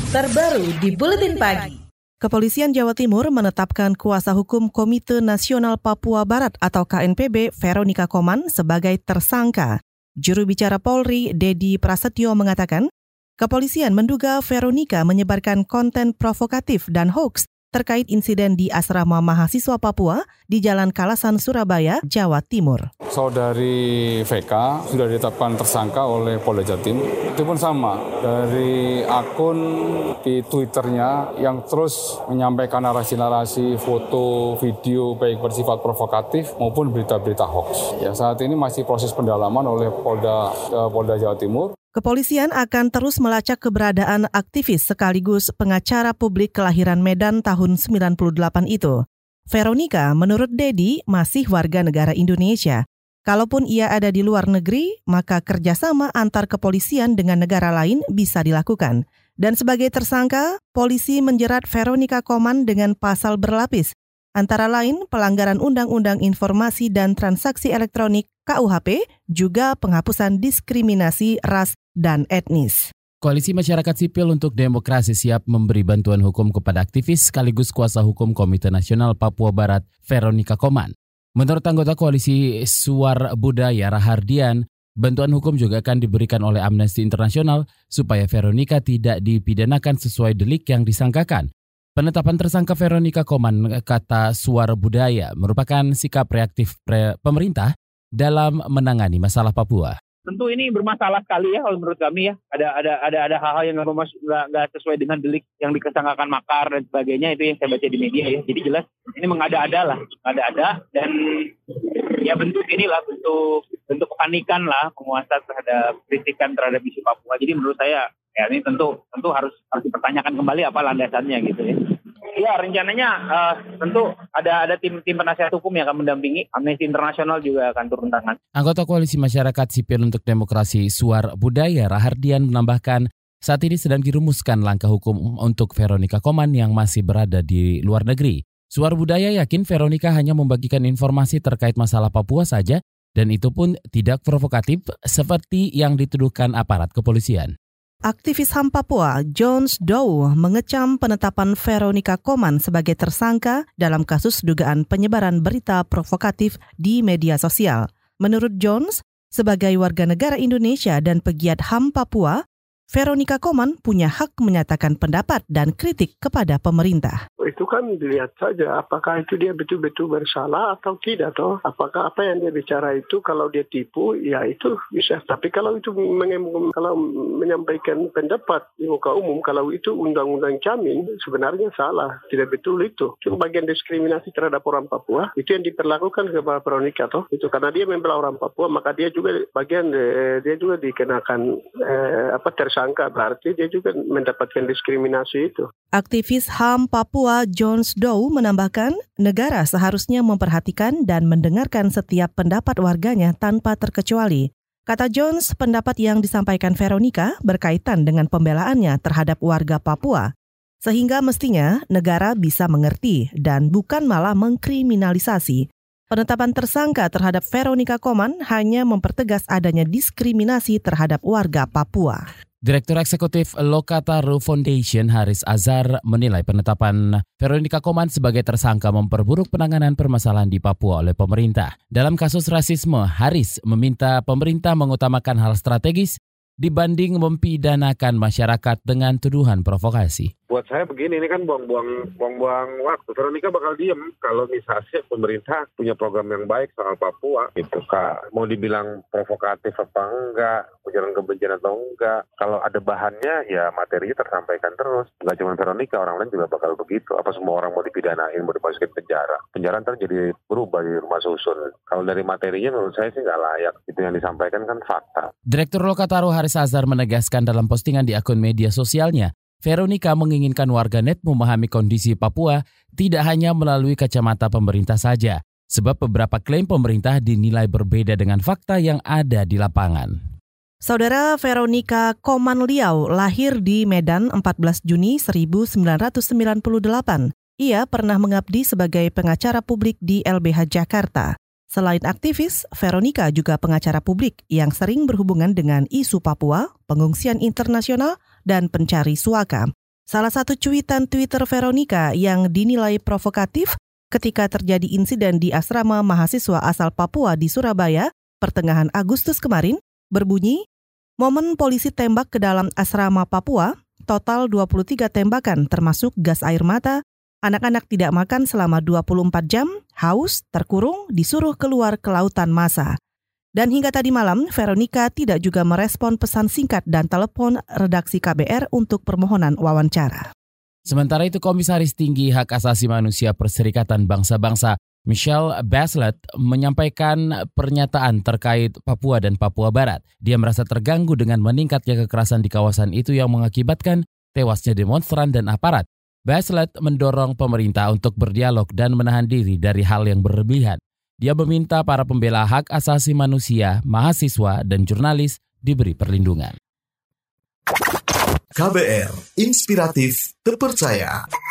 terbaru di Buletin Pagi. Kepolisian Jawa Timur menetapkan kuasa hukum Komite Nasional Papua Barat atau KNPB Veronica Koman sebagai tersangka. Juru bicara Polri, Dedi Prasetyo mengatakan, kepolisian menduga Veronica menyebarkan konten provokatif dan hoaks terkait insiden di asrama mahasiswa Papua di Jalan Kalasan, Surabaya, Jawa Timur. Saudari VK sudah ditetapkan tersangka oleh Polda Jatim. Itu pun sama, dari akun di Twitternya yang terus menyampaikan narasi-narasi, foto, video baik bersifat provokatif maupun berita-berita hoax. Ya, saat ini masih proses pendalaman oleh Polda Jawa Timur. Kepolisian akan terus melacak keberadaan aktivis sekaligus pengacara publik kelahiran Medan tahun 98 itu. Veronica, menurut Dedi, masih warga negara Indonesia. Kalaupun ia ada di luar negeri, maka kerjasama antar kepolisian dengan negara lain bisa dilakukan. Dan sebagai tersangka, polisi menjerat Veronica Koman dengan pasal berlapis, antara lain pelanggaran Undang-Undang Informasi dan Transaksi Elektronik KUHP, juga penghapusan diskriminasi ras dan etnis. Koalisi Masyarakat Sipil untuk Demokrasi siap memberi bantuan hukum kepada aktivis sekaligus kuasa hukum Komite Nasional Papua Barat Veronica Koman. Menurut anggota Koalisi Suar Budaya Rahardian, bantuan hukum juga akan diberikan oleh Amnesty International supaya Veronica tidak dipidanakan sesuai delik yang disangkakan. Penetapan tersangka Veronica Koman, kata Suara Budaya, merupakan sikap reaktif pemerintah dalam menangani masalah Papua. Tentu ini bermasalah sekali ya kalau menurut kami ya. Ada hal-hal yang nggak sesuai dengan delik yang disangkakan makar dan sebagainya, itu yang saya baca di media ya. Jadi jelas ini mengada-ada dan ya bentuk kepanikan lah penguasa terhadap kritikan terhadap isu Papua. Jadi menurut saya ya ini tentu harus dipertanyakan kembali apa landasannya gitu ya. Ya rencananya tentu ada tim penasihat hukum yang akan mendampingi. Amnesty International juga akan turun tangan. Anggota Koalisi Masyarakat Sipil untuk Demokrasi Suar Budaya Rahardian menambahkan saat ini sedang dirumuskan langkah hukum untuk Veronica Koman yang masih berada di luar negeri. Suar Budaya yakin Veronica hanya membagikan informasi terkait masalah Papua saja dan itu pun tidak provokatif seperti yang dituduhkan aparat kepolisian. Aktivis HAM Papua, Jones Dow, mengecam penetapan Veronica Koman sebagai tersangka dalam kasus dugaan penyebaran berita provokatif di media sosial. Menurut Jones, sebagai warga negara Indonesia dan pegiat HAM Papua, Veronica Koman punya hak menyatakan pendapat dan kritik kepada pemerintah. Itu kan dilihat saja apakah itu dia betul-betul bersalah atau tidak, toh. Apakah apa yang dia bicara itu kalau dia tipu, ya itu bisa. Tapi kalau itu menyampaikan pendapat di muka umum, kalau itu undang-undang jamin, sebenarnya salah, tidak betul itu. Itu bagian diskriminasi terhadap orang Papua. Itu yang diperlakukan kepada Veronica, toh. Itu karena dia membela orang Papua, maka dia juga dia juga dikenakan tersangka, berarti dia juga mendapatkan diskriminasi itu. Aktivis HAM Papua Jones Dow menambahkan, negara seharusnya memperhatikan dan mendengarkan setiap pendapat warganya tanpa terkecuali. Kata Jones, pendapat yang disampaikan Veronica berkaitan dengan pembelaannya terhadap warga Papua, sehingga mestinya negara bisa mengerti dan bukan malah mengkriminalisasi. Penetapan tersangka terhadap Veronica Koman hanya mempertegas adanya diskriminasi terhadap warga Papua. Direktur Eksekutif Lokataru Foundation Haris Azhar menilai penetapan Veronica Koman sebagai tersangka memperburuk penanganan permasalahan di Papua oleh pemerintah. Dalam kasus rasisme, Haris meminta pemerintah mengutamakan hal strategis dibanding mempidanakan masyarakat dengan tuduhan provokasi. Buat saya begini, ini kan buang-buang waktu. Veronica bakal diem kalau misalnya pemerintah punya program yang baik soal Papua. Gitu, Kak. Mau dibilang provokatif apa enggak, ujaran kebencian atau enggak. Kalau ada bahannya, ya materinya tersampaikan terus. Enggak cuma Veronica, orang lain juga bakal begitu. Apa semua orang mau dipidanain, mau dimasukin penjara. Penjara ntar jadi berubah di rumah susun. Kalau dari materinya menurut saya sih nggak layak. Itu yang disampaikan kan fakta. Direktur Lokataru Haris Azhar menegaskan dalam postingan di akun media sosialnya, Veronica menginginkan warganet memahami kondisi Papua tidak hanya melalui kacamata pemerintah saja, sebab beberapa klaim pemerintah dinilai berbeda dengan fakta yang ada di lapangan. Saudara Veronica Koman Liau lahir di Medan 14 Juni 1998. Ia pernah mengabdi sebagai pengacara publik di LBH Jakarta. Selain aktivis, Veronica juga pengacara publik yang sering berhubungan dengan isu Papua, pengungsian internasional, dan pencari suaka. Salah satu cuitan Twitter Veronica yang dinilai provokatif ketika terjadi insiden di asrama mahasiswa asal Papua di Surabaya pertengahan Agustus kemarin berbunyi, momen polisi tembak ke dalam asrama Papua, total 23 tembakan termasuk gas air mata, anak-anak tidak makan selama 24 jam, haus, terkurung, disuruh keluar ke lautan massa. Dan hingga tadi malam, Veronica tidak juga merespon pesan singkat dan telepon redaksi KBR untuk permohonan wawancara. Sementara itu, Komisaris Tinggi Hak Asasi Manusia Perserikatan Bangsa-Bangsa Michelle Bachelet menyampaikan pernyataan terkait Papua dan Papua Barat. Dia merasa terganggu dengan meningkatnya kekerasan di kawasan itu yang mengakibatkan tewasnya demonstran dan aparat. Bachelet mendorong pemerintah untuk berdialog dan menahan diri dari hal yang berlebihan. Dia meminta para pembela hak asasi manusia, mahasiswa, dan jurnalis diberi perlindungan. KBR, inspiratif, terpercaya.